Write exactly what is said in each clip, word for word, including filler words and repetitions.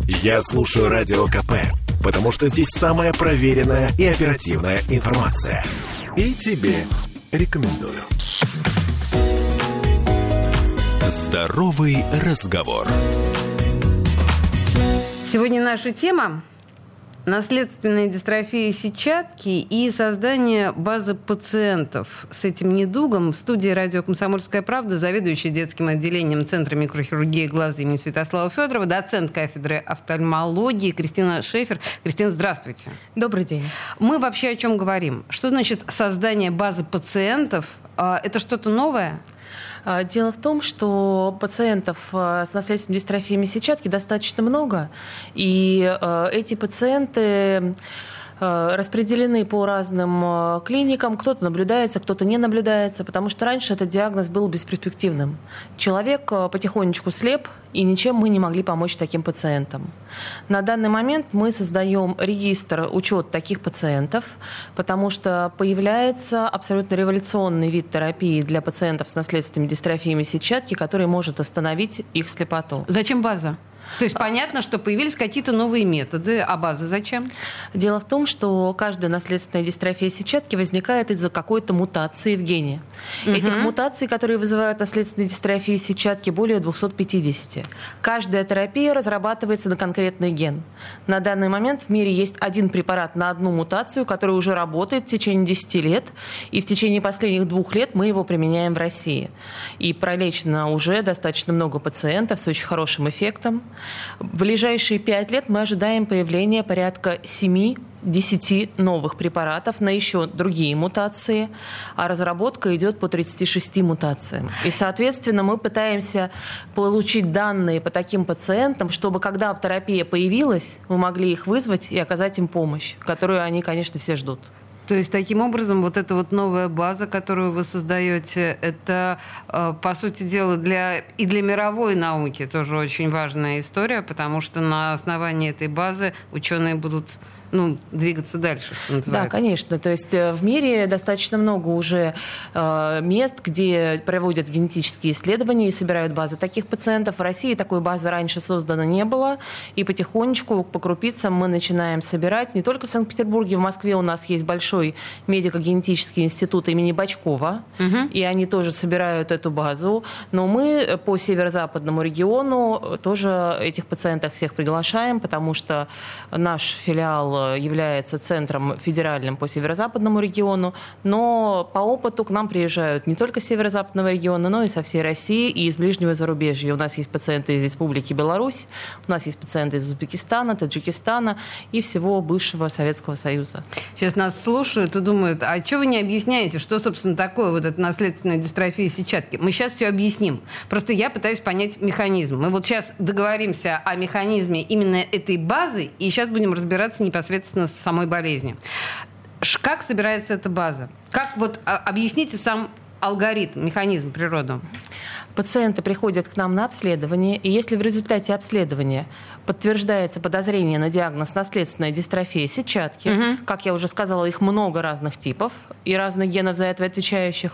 Я слушаю Радио КП, потому что здесь самая проверенная и оперативная информация. И тебе рекомендую. Здоровый разговор. Сегодня наша тема – наследственная дистрофия сетчатки и создание базы пациентов с этим недугом. В студии радио «Комсомольская правда» заведующая детским отделением Центра микрохирургии глаза имени Святослава Федорова, доцент кафедры офтальмологии Кристина Шефер. Кристина, здравствуйте. Добрый день. Мы вообще о чем говорим? Что значит создание базы пациентов? Это что-то новое? Дело в том, что пациентов с наследственной дистрофией сетчатки достаточно много, и эти пациенты распределены по разным клиникам. Кто-то наблюдается, кто-то не наблюдается, потому что раньше этот диагноз был бесперспективным. Человек потихонечку слеп, и ничем мы не могли помочь таким пациентам. На данный момент мы создаем регистр, учет таких пациентов, потому что появляется абсолютно революционный вид терапии для пациентов с наследственными дистрофиями сетчатки, который может остановить их слепоту. Зачем база? То есть понятно, что появились какие-то новые методы, а база зачем? Дело в том, что каждая наследственная дистрофия сетчатки возникает из-за какой-то мутации в гене. Угу. Этих мутаций, которые вызывают наследственные дистрофии сетчатки, более двести пятьдесят. Каждая терапия разрабатывается на конкретный ген. На данный момент в мире есть один препарат на одну мутацию, который уже работает в течение десяти лет, и в течение последних двух лет мы его применяем в России. И пролечено уже достаточно много пациентов с очень хорошим эффектом. В ближайшие пять лет мы ожидаем появления порядка семи-десяти новых препаратов на еще другие мутации, а разработка идет по тридцати шести мутациям. И, соответственно, мы пытаемся получить данные по таким пациентам, чтобы, когда терапия появилась, мы могли их вызвать и оказать им помощь, которую они, конечно, все ждут. То есть, таким образом, вот эта вот новая база, которую вы создаете, это, по сути дела, для, и для мировой науки тоже очень важная история, потому что на основании этой базы ученые будут... ну, двигаться дальше, что называется. Да, конечно. То есть в мире достаточно много уже э, мест, где проводят генетические исследования и собирают базы таких пациентов. В России такой базы раньше создано не было. И потихонечку, по крупицам мы начинаем собирать. Не только в Санкт-Петербурге, в Москве у нас есть большой медико-генетический институт имени Бочкова. Угу. И они тоже собирают эту базу. Но мы по северо-западному региону тоже этих пациентов всех приглашаем, потому что наш филиал является центром федеральным по северо-западному региону, но по опыту к нам приезжают не только с северо-западного региона, но и со всей России и из ближнего зарубежья. У нас есть пациенты из Республики Беларусь, у нас есть пациенты из Узбекистана, Таджикистана и всего бывшего Советского Союза. Сейчас нас слушают и думают, а что вы не объясняете, что, собственно, такое вот эта наследственная дистрофия сетчатки? Мы сейчас все объясним. Просто я пытаюсь понять механизм. Мы вот сейчас договоримся о механизме именно этой базы, и сейчас будем разбираться непосредственно непосредственно с самой болезнью. Как собирается эта база? Как вот а, объясните сам алгоритм, механизм, природу? Пациенты приходят к нам на обследование, и если в результате обследования подтверждается подозрение на диагноз наследственная дистрофия сетчатки, угу. как я уже сказала, их много разных типов и разных генов за это отвечающих,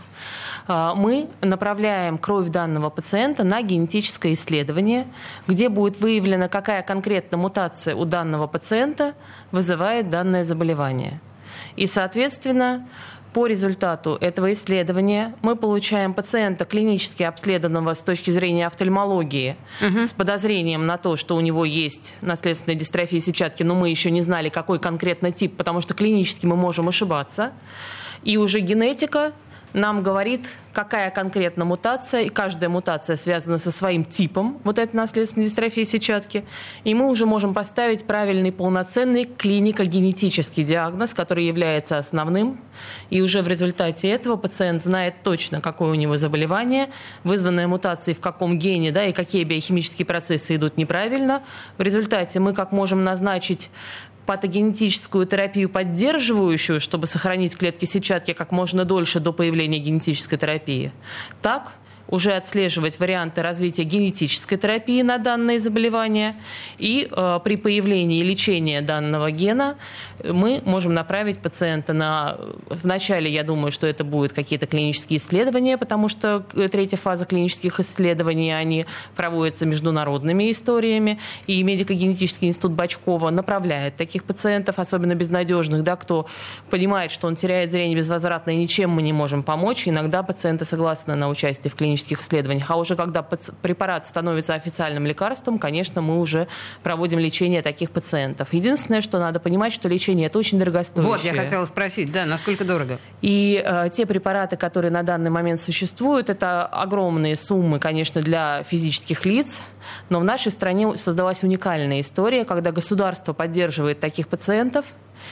мы направляем кровь данного пациента на генетическое исследование, где будет выявлена, какая конкретно мутация у данного пациента вызывает данное заболевание. И, соответственно, по результату этого исследования мы получаем пациента, клинически обследованного с точки зрения офтальмологии, угу. с подозрением на то, что у него есть наследственная дистрофия сетчатки, но мы еще не знали, какой конкретно тип, потому что клинически мы можем ошибаться. И уже генетика нам говорит, какая конкретно мутация, и каждая мутация связана со своим типом вот этой наследственной дистрофии сетчатки, и мы уже можем поставить правильный, полноценный клинико-генетический диагноз, который является основным, и уже в результате этого пациент знает точно, какое у него заболевание, вызванное мутацией в каком гене, да, и какие биохимические процессы идут неправильно. В результате мы как можем назначить патогенетическую терапию поддерживающую, чтобы сохранить клетки сетчатки как можно дольше до появления генетической терапии, так уже отслеживать варианты развития генетической терапии на данные заболевания. И э, при появлении и лечении данного гена мы можем направить пациента на... Вначале, я думаю, что это будут какие-то клинические исследования, потому что третья фаза клинических исследований, они проводятся международными историями. И медико-генетический институт Бочкова направляет таких пациентов, особенно безнадежных, да, кто понимает, что он теряет зрение безвозвратно и ничем мы не можем помочь. Иногда пациенты согласны на участие в клинических исследованиях. А уже когда препарат становится официальным лекарством, конечно, мы уже проводим лечение таких пациентов. Единственное, что надо понимать, что лечение это очень дорогостоящее. Вот, я хотела спросить, да, насколько дорого? И э, те препараты, которые на данный момент существуют, это огромные суммы, конечно, для физических лиц. Но в нашей стране создалась уникальная история, когда государство поддерживает таких пациентов.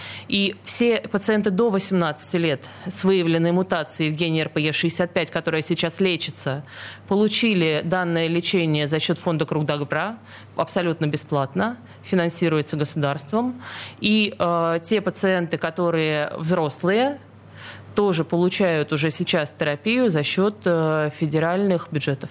И все пациенты до восемнадцати лет с выявленной мутацией в гене эр пэ е шестьдесят пять, которая сейчас лечится, получили данное лечение за счет фонда «Круг добра», абсолютно бесплатно, финансируется государством. И э, те пациенты, которые взрослые, тоже получают уже сейчас терапию за счет э, федеральных бюджетов.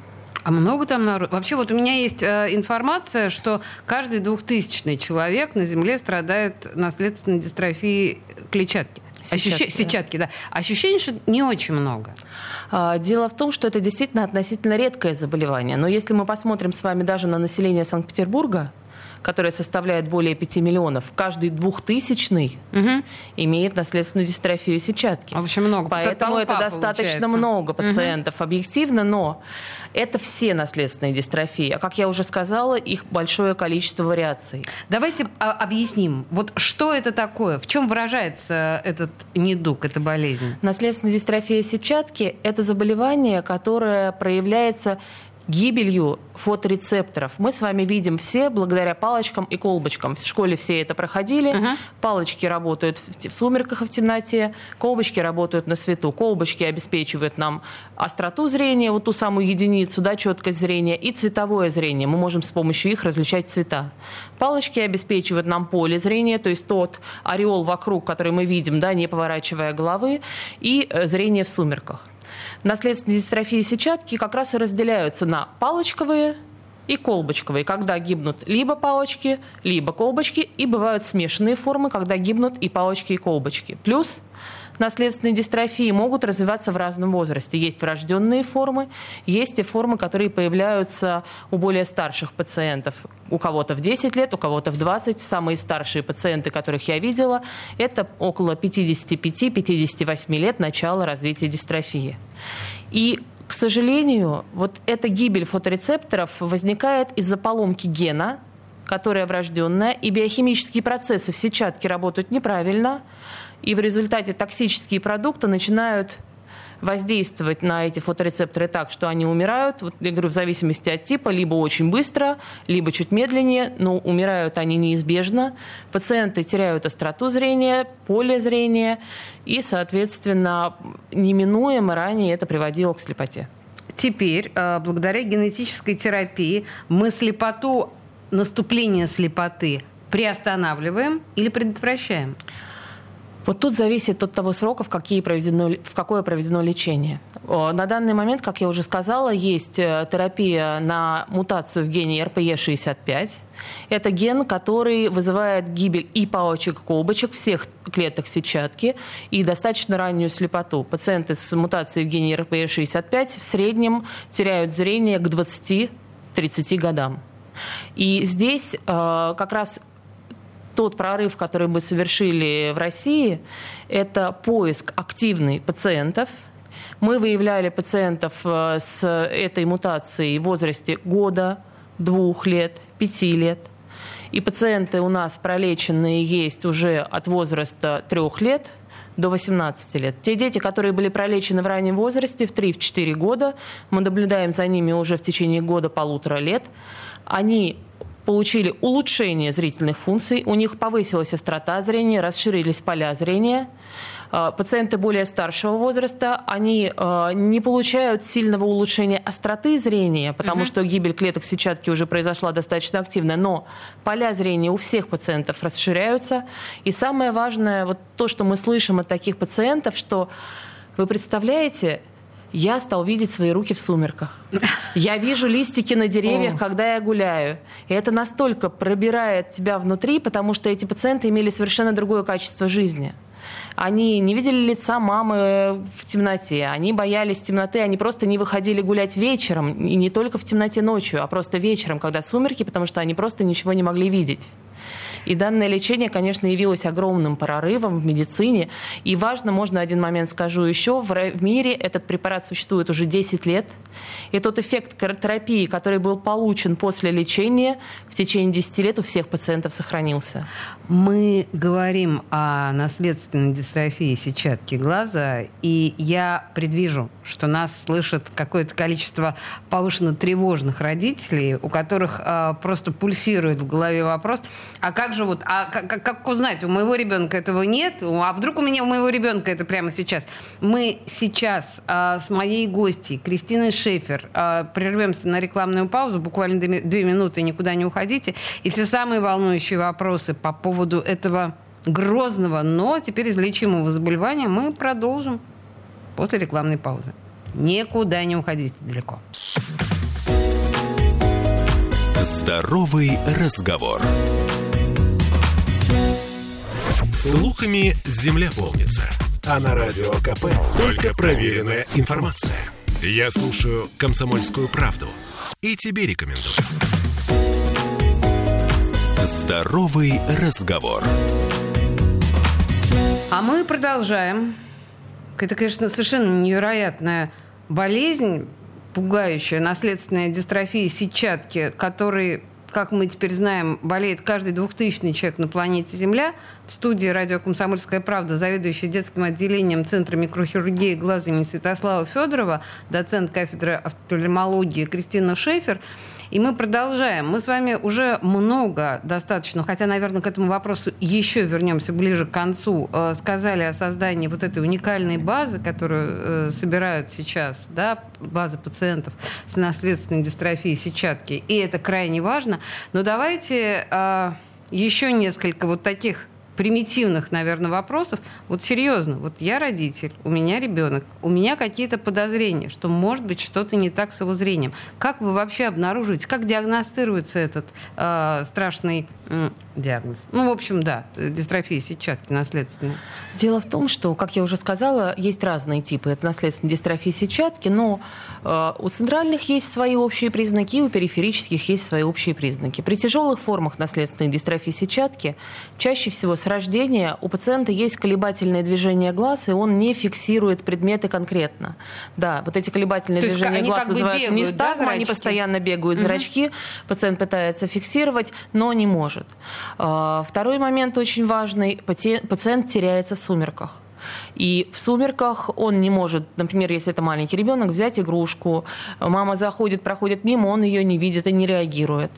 А много там народу? Вообще, вот у меня есть э, информация, что каждый двухтысячный человек на Земле страдает наследственной дистрофией клетчатки. Сетчатки, Ощущ... Сетчатки, да. Ощущение, что не очень много. Дело в том, что это действительно относительно редкое заболевание. Но если мы посмотрим с вами даже на население Санкт-Петербурга, которое составляет более пяти миллионов, каждый двухтысячный угу. имеет наследственную дистрофию сетчатки. В общем, много. Поэтому Толпа, это достаточно получается. много пациентов угу. объективно, но это все наследственные дистрофии. А как я уже сказала, их большое количество вариаций. Давайте а, объясним, вот что это такое, в чем выражается этот недуг, эта болезнь? Наследственная дистрофия сетчатки – это заболевание, которое проявляется гибелью фоторецепторов. Мы с вами видим все благодаря палочкам и колбочкам. В школе все это проходили. Uh-huh. Палочки работают в сумерках и в темноте, колбочки работают на свету. Колбочки обеспечивают нам остроту зрения, вот ту самую единицу, да, четкость зрения, и цветовое зрение. Мы можем с помощью их различать цвета. Палочки обеспечивают нам поле зрения, то есть тот ореол вокруг, который мы видим, да, не поворачивая головы, и зрение в сумерках. Наследственные дистрофии сетчатки как раз и разделяются на палочковые и колбочковые, когда гибнут либо палочки, либо колбочки, и бывают смешанные формы, когда гибнут и палочки, и колбочки. Плюс наследственные дистрофии могут развиваться в разном возрасте. Есть врожденные формы, есть и формы, которые появляются у более старших пациентов. У кого-то в десять лет, у кого-то в двадцать. Самые старшие пациенты, которых я видела, это около пятидесяти пяти — пятидесяти восьми лет начала развития дистрофии. И, к сожалению, вот эта гибель фоторецепторов возникает из-за поломки гена, которая врожденная, и биохимические процессы в сетчатке работают неправильно, и в результате токсические продукты начинают воздействовать на эти фоторецепторы так, что они умирают, вот, я говорю, в зависимости от типа, либо очень быстро, либо чуть медленнее, но умирают они неизбежно. Пациенты теряют остроту зрения, поле зрения, и, соответственно, неминуемо ранее это приводило к слепоте. Теперь, благодаря генетической терапии, мы слепоту, наступление слепоты приостанавливаем или предотвращаем? Вот тут зависит от того срока, в, какие проведено, в какое проведено лечение. На данный момент, как я уже сказала, есть терапия на мутацию в гене эр пэ е шестьдесят пять. Это ген, который вызывает гибель и палочек, и колбочек всех клеток сетчатки и достаточно раннюю слепоту. Пациенты с мутацией в гене эр пэ е шестьдесят пять в среднем теряют зрение к двадцати-тридцати годам. И здесь э, как раз тот прорыв, который мы совершили в России, это поиск активных пациентов. Мы выявляли пациентов с этой мутацией в возрасте года, двух лет, пяти лет. И пациенты у нас пролеченные есть уже от возраста трех лет до восемнадцати лет. Те дети, которые были пролечены в раннем возрасте, в три-четыре года, мы наблюдаем за ними уже в течение года-полутора лет, они получили улучшение зрительных функций, у них повысилась острота зрения, расширились поля зрения. Пациенты более старшего возраста, они не получают сильного улучшения остроты зрения, потому uh-huh. что гибель клеток сетчатки уже произошла достаточно активно, но поля зрения у всех пациентов расширяются. И самое важное, вот то, что мы слышим от таких пациентов, что вы представляете, Я стал видеть свои руки в сумерках. Я вижу листики на деревьях, О. когда я гуляю. И это настолько пробирает тебя внутри, потому что эти пациенты имели совершенно другое качество жизни. Они не видели лица мамы в темноте, они боялись темноты, они просто не выходили гулять вечером, и не только в темноте ночью, а просто вечером, когда сумерки, потому что они просто ничего не могли видеть. И данное лечение, конечно, явилось огромным прорывом в медицине. И важно, можно один момент скажу еще, в мире этот препарат существует уже десять лет. И тот эффект терапии, который был получен после лечения, в течение десяти лет у всех пациентов сохранился. Мы говорим о наследственной дистрофии сетчатки глаза, и я предвижу, что нас слышит какое-то количество повышенно тревожных родителей, у которых э, просто пульсирует в голове вопрос, а как же вот, а как, как узнать, у моего ребенка этого нет, а вдруг у меня, у моего ребенка это прямо сейчас? Мы сейчас э, с моей гостьей Кристиной Шефер э, прервемся на рекламную паузу, буквально две, две минуты, никуда не уходите, и все самые волнующие вопросы по поводу поводу этого грозного, но теперь излечимого заболевания мы продолжим после рекламной паузы. Никуда не уходите далеко. Здоровый разговор. Слухами земля полнится. А на Радио КП только проверенная информация. Я слушаю «Комсомольскую правду» и тебе рекомендую. Здоровый разговор. А мы продолжаем. Это, конечно, совершенно невероятная болезнь, пугающая, наследственная дистрофия сетчатки, которой, как мы теперь знаем, болеет каждый двухтысячный человек на планете Земля. В студии радио «Комсомольская правда» заведующая детским отделением Центра микрохирургии глаза имени Святослава Федорова, доцент кафедры офтальмологии Кристина Шефер. И мы продолжаем. Мы с вами уже много достаточно, хотя, наверное, к этому вопросу еще вернемся ближе к концу, э, сказали о создании вот этой уникальной базы, которую э, собирают сейчас, да, базы пациентов с наследственной дистрофией сетчатки. И это крайне важно. Но давайте э, еще несколько вот таких примитивных, наверное, вопросов. Вот серьезно, вот я родитель, у меня ребенок, у меня какие-то подозрения, что может быть что-то не так с его зрением. Как вы вообще обнаруживаете, как диагностируется этот э, страшный э, диагноз? Ну, в общем, да, дистрофия сетчатки наследственная. Дело в том, что, как я уже сказала, есть разные типы это наследственной дистрофии сетчатки, но э, у центральных есть свои общие признаки, у периферических есть свои общие признаки. При тяжелых формах наследственной дистрофии сетчатки чаще всего с рождения у пациента есть колебательное движение глаз, и он не фиксирует предметы конкретно. Да, вот эти колебательные То движения глаз называются нистагмом, да, они постоянно бегают, угу. зрачки, пациент пытается фиксировать, но не может. Второй момент очень важный, пациент теряется в сумерках. И в сумерках он не может, например, если это маленький ребенок, взять игрушку, мама заходит, проходит мимо, он ее не видит и не реагирует.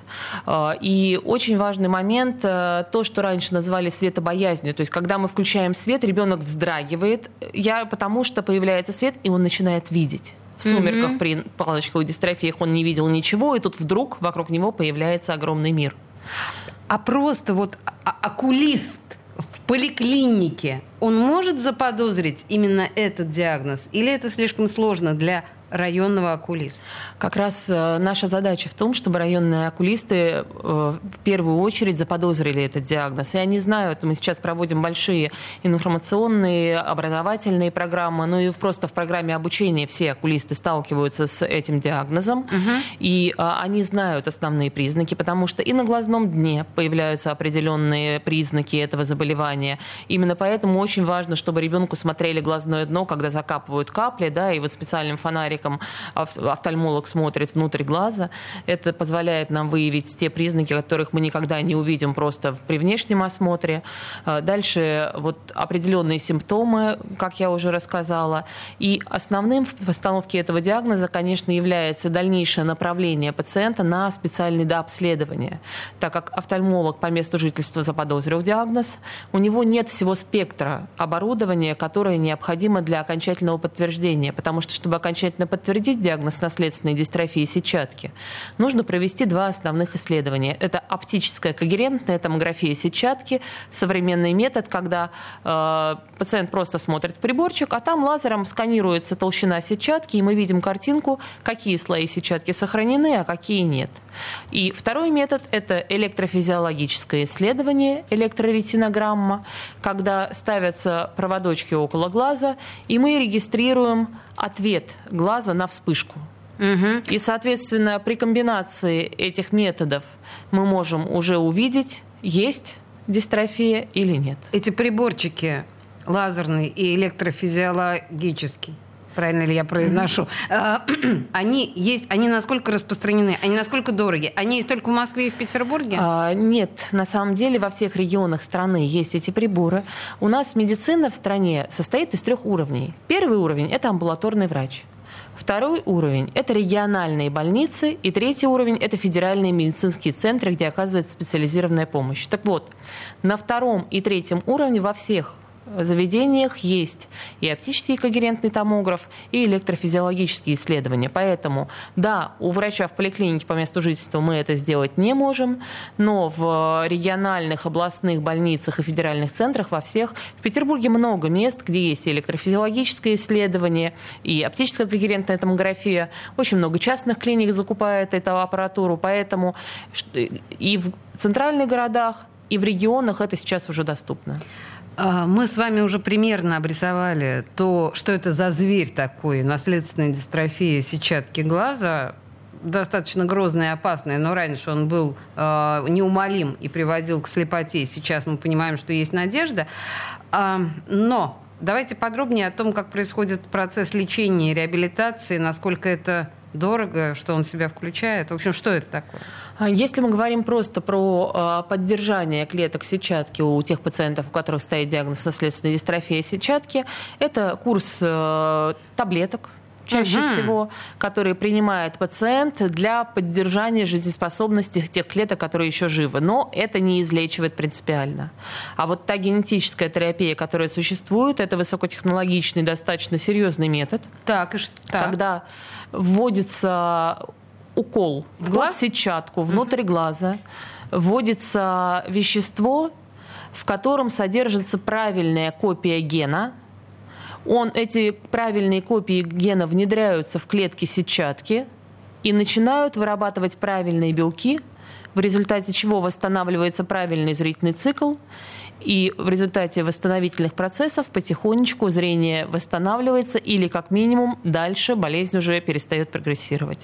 И очень важный момент, то, что раньше называли светобоязнью, то есть когда мы включаем свет, ребенок вздрагивает, я, потому что появляется свет, и он начинает видеть. В сумерках mm-hmm. при палочковой дистрофии он не видел ничего, и тут вдруг вокруг него появляется огромный мир. А просто вот окулист в поликлинике, он может заподозрить именно этот диагноз? Или это слишком сложно для районного окулиста? Как раз э, наша задача в том, чтобы районные окулисты э, в первую очередь заподозрили этот диагноз. И они знают, мы сейчас проводим большие информационные, образовательные программы, ну и просто в программе обучения все окулисты сталкиваются с этим диагнозом. Угу. И э, они знают основные признаки, потому что и на глазном дне появляются определенные признаки этого заболевания. Именно поэтому очень важно, чтобы ребенку смотрели глазное дно, когда закапывают капли, да, и вот специальным фонариком офтальмолог смотрит внутрь глаза. Это позволяет нам выявить те признаки, которых мы никогда не увидим просто при внешнем осмотре. Дальше вот определенные симптомы, как я уже рассказала. И основным в постановке этого диагноза, конечно, является дальнейшее направление пациента на специальное дообследование. Так как офтальмолог по месту жительства заподозрил диагноз, у него нет всего спектра оборудования, которое необходимо для окончательного подтверждения. Потому что, чтобы окончательно подтвердить диагноз наследственной дистрофии сетчатки, нужно провести два основных исследования. Это оптическая когерентная томография сетчатки, современный метод, когда э, пациент просто смотрит в приборчик, а там лазером сканируется толщина сетчатки, и мы видим картинку, какие слои сетчатки сохранены, а какие нет. И второй метод – это электрофизиологическое исследование, электроретинограмма, когда ставятся проводочки около глаза, и мы регистрируем ответ глаза на вспышку. Угу. И, соответственно, при комбинации этих методов мы можем уже увидеть, есть дистрофия или нет. Эти приборчики лазерный и электрофизиологический, правильно ли я произношу, mm-hmm. они есть, они насколько распространены, они насколько дороги? Они есть только в Москве и в Петербурге? А, нет, на самом деле во всех регионах страны есть эти приборы. У нас медицина в стране состоит из трех уровней. Первый уровень – это амбулаторный врач. Второй уровень – это региональные больницы. И третий уровень – это федеральные медицинские центры, где оказывается специализированная помощь. Так вот, на втором и третьем уровне во всех заведениях есть и оптический когерентный томограф, и электрофизиологические исследования. Поэтому, да, у врача в поликлинике по месту жительства мы это сделать не можем, но в региональных, областных больницах и федеральных центрах во всех. В Петербурге много мест, где есть и электрофизиологическое исследование, и оптическая когерентная томография. Очень много частных клиник закупает эту аппаратуру, поэтому и в центральных городах, и в регионах это сейчас уже доступно. Мы с вами уже примерно обрисовали то, что это за зверь такой, наследственная дистрофия сетчатки глаза, достаточно грозный и опасный, но раньше он был э, неумолим и приводил к слепоте. Сейчас мы понимаем, что есть надежда. Э, но давайте подробнее о том, как происходит процесс лечения и реабилитации, насколько это дорого, что он в себя включает. В общем, что это такое? Если мы говорим просто про поддержание клеток сетчатки у тех пациентов, у которых стоит диагноз наследственной дистрофии сетчатки, это курс таблеток, чаще угу. всего, которые принимает пациент для поддержания жизнеспособности тех клеток, которые еще живы. Но это не излечивает принципиально. А вот та генетическая терапия, которая существует, это высокотехнологичный, достаточно серьезный метод. Так, и что? Когда вводится укол в глаз, в сетчатку, внутрь uh-huh. глаза, вводится вещество, в котором содержится правильная копия гена. Он, эти правильные копии гена внедряются в клетки сетчатки и начинают вырабатывать правильные белки, в результате чего восстанавливается правильный зрительный цикл, и в результате восстановительных процессов потихонечку зрение восстанавливается или, как минимум, дальше болезнь уже перестает прогрессировать.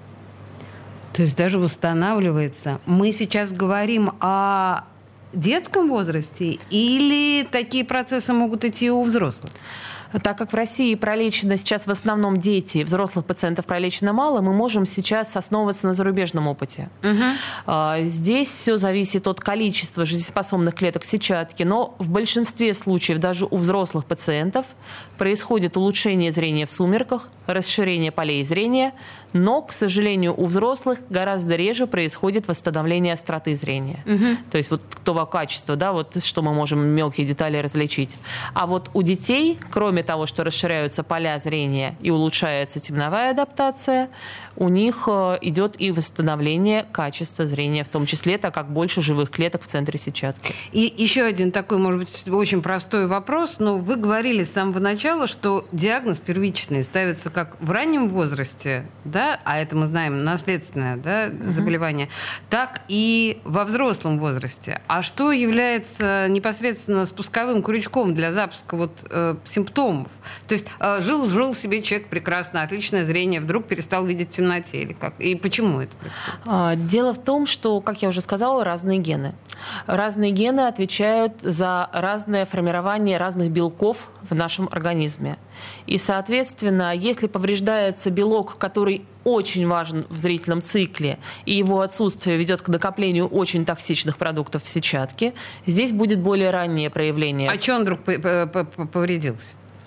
То есть даже восстанавливается. Мы сейчас говорим о детском возрасте или такие процессы могут идти у взрослых? Так как в России пролечено сейчас в основном дети, взрослых пациентов пролечено мало, мы можем сейчас основываться на зарубежном опыте. Угу. Здесь все зависит от количества жизнеспособных клеток сетчатки, но в большинстве случаев даже у взрослых пациентов происходит улучшение зрения в сумерках, расширение полей зрения, но, к сожалению, у взрослых гораздо реже происходит восстановление остроты зрения. Угу. То есть вот того качества, да, вот что мы можем мелкие детали различить. А вот у детей, кроме того, что расширяются поля зрения и улучшается темновая адаптация, у них идет и восстановление качества зрения, в том числе, так как больше живых клеток в центре сетчатки. И еще один такой, может быть, очень простой вопрос, но вы говорили с самого начала, что диагноз первичный ставится как в раннем возрасте, да, а это мы знаем, наследственное, да, заболевание, uh-huh. так и во взрослом возрасте. А что является непосредственно спусковым крючком для запуска вот, э, симптомов? То есть э, жил-жил себе человек прекрасно, отличное зрение, вдруг перестал видеть в темноте или как? И почему это происходит? Дело в том, что, как я уже сказала, разные гены. Разные гены отвечают за разное формирование разных белков в нашем организме. И, соответственно, если повреждается белок, который очень важен в зрительном цикле, и его отсутствие ведет к накоплению очень токсичных продуктов в сетчатке, здесь будет более раннее проявление. А что он вдруг повредился?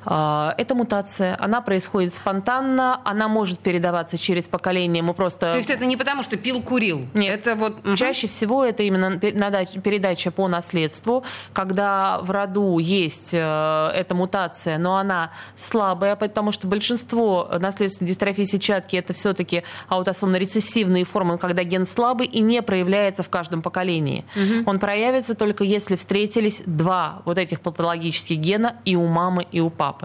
Это мутация, она происходит спонтанно, она может передаваться через поколение. Мы просто... То есть это не потому, что пил, курил? Нет, это вот... угу. Чаще всего это именно передача по наследству, когда в роду есть эта мутация, но она слабая, потому что большинство наследственной дистрофии сетчатки это все-таки аутосомно-рецессивные формы, когда ген слабый и не проявляется в каждом поколении. Угу. Он проявится только если встретились два вот этих патологических гена и у мамы, и у папы.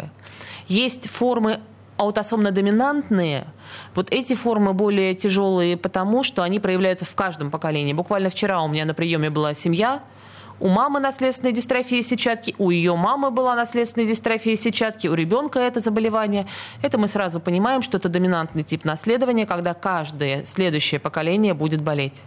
Есть формы аутосомно-доминантные. Вот эти формы более тяжелые, потому что они проявляются в каждом поколении. Буквально вчера у меня на приеме была семья. У мамы наследственная дистрофия сетчатки, у ее мамы была наследственная дистрофия сетчатки, у ребенка это заболевание. Это мы сразу понимаем, что это доминантный тип наследования, когда каждое следующее поколение будет болеть.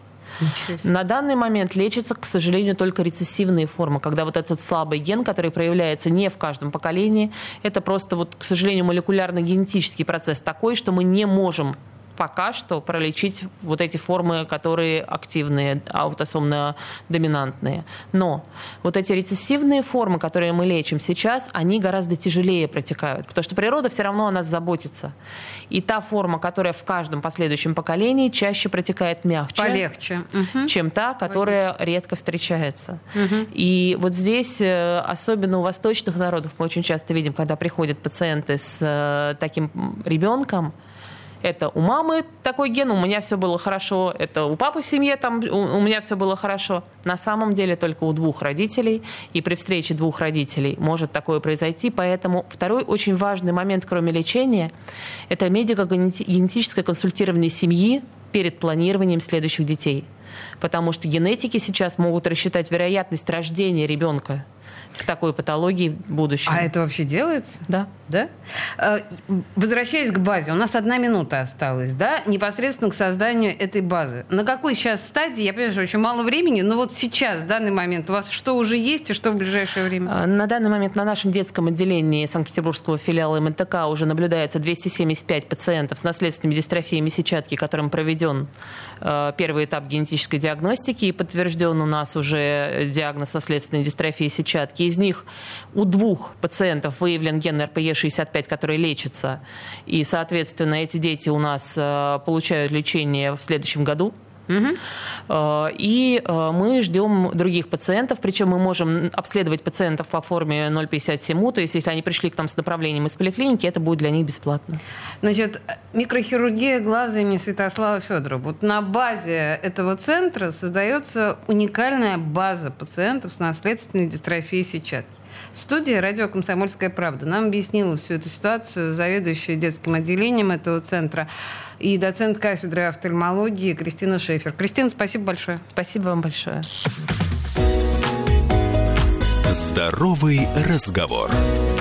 На данный момент лечатся, к сожалению, только рецессивные формы, когда вот этот слабый ген, который проявляется не в каждом поколении, это просто, вот, к сожалению, молекулярно-генетический процесс такой, что мы не можем пока что пролечить вот эти формы, которые активные, аутосомно-доминантные. Но вот эти рецессивные формы, которые мы лечим сейчас, они гораздо тяжелее протекают, потому что природа все равно о нас заботится. И та форма, которая в каждом последующем поколении чаще протекает мягче, полегче, чем та, которая полегче. Редко встречается. Угу. И вот здесь, особенно у восточных народов, мы очень часто видим, когда приходят пациенты с таким ребенком, это у мамы такой ген, у меня все было хорошо. Это у папы в семье, там, у, у меня все было хорошо. На самом деле только у двух родителей. И при встрече двух родителей может такое произойти. Поэтому второй очень важный момент, кроме лечения, это медико-генетическое консультирование семьи перед планированием следующих детей. Потому что генетики сейчас могут рассчитать вероятность рождения ребенка с такой патологией в будущем. А это вообще делается? Да. Да? Возвращаясь к базе, у нас одна минута осталась, да? Непосредственно к созданию этой базы. На какой сейчас стадии? Я понимаю, что очень мало времени, но вот сейчас, в данный момент, у вас что уже есть и что в ближайшее время? На данный момент на нашем детском отделении Санкт-Петербургского филиала эм эн тэ ка уже наблюдается двести семьдесят пять пациентов с наследственными дистрофиями сетчатки, которым проведен первый этап генетической диагностики и подтвержден у нас уже диагноз наследственной дистрофии сетчатки. Из них у двух пациентов выявлен ген эр пэ е шестьдесят пять, который лечится. И, соответственно, эти дети у нас получают лечение в следующем году. Угу. И мы ждем других пациентов, причем мы можем обследовать пациентов по форме ноль пятьдесят семь у, то есть если они пришли к нам с направлением из поликлиники, это будет для них бесплатно. Значит, микрохирургия глаза имени Святослава Федорова. Вот на базе этого центра создается уникальная база пациентов с наследственной дистрофией сетчатки. В студии радио «Комсомольская правда» нам объяснила всю эту ситуацию заведующая детским отделением этого центра и доцент кафедры офтальмологии Кристина Шефер. Кристина, спасибо большое. Спасибо вам большое. Здоровый разговор.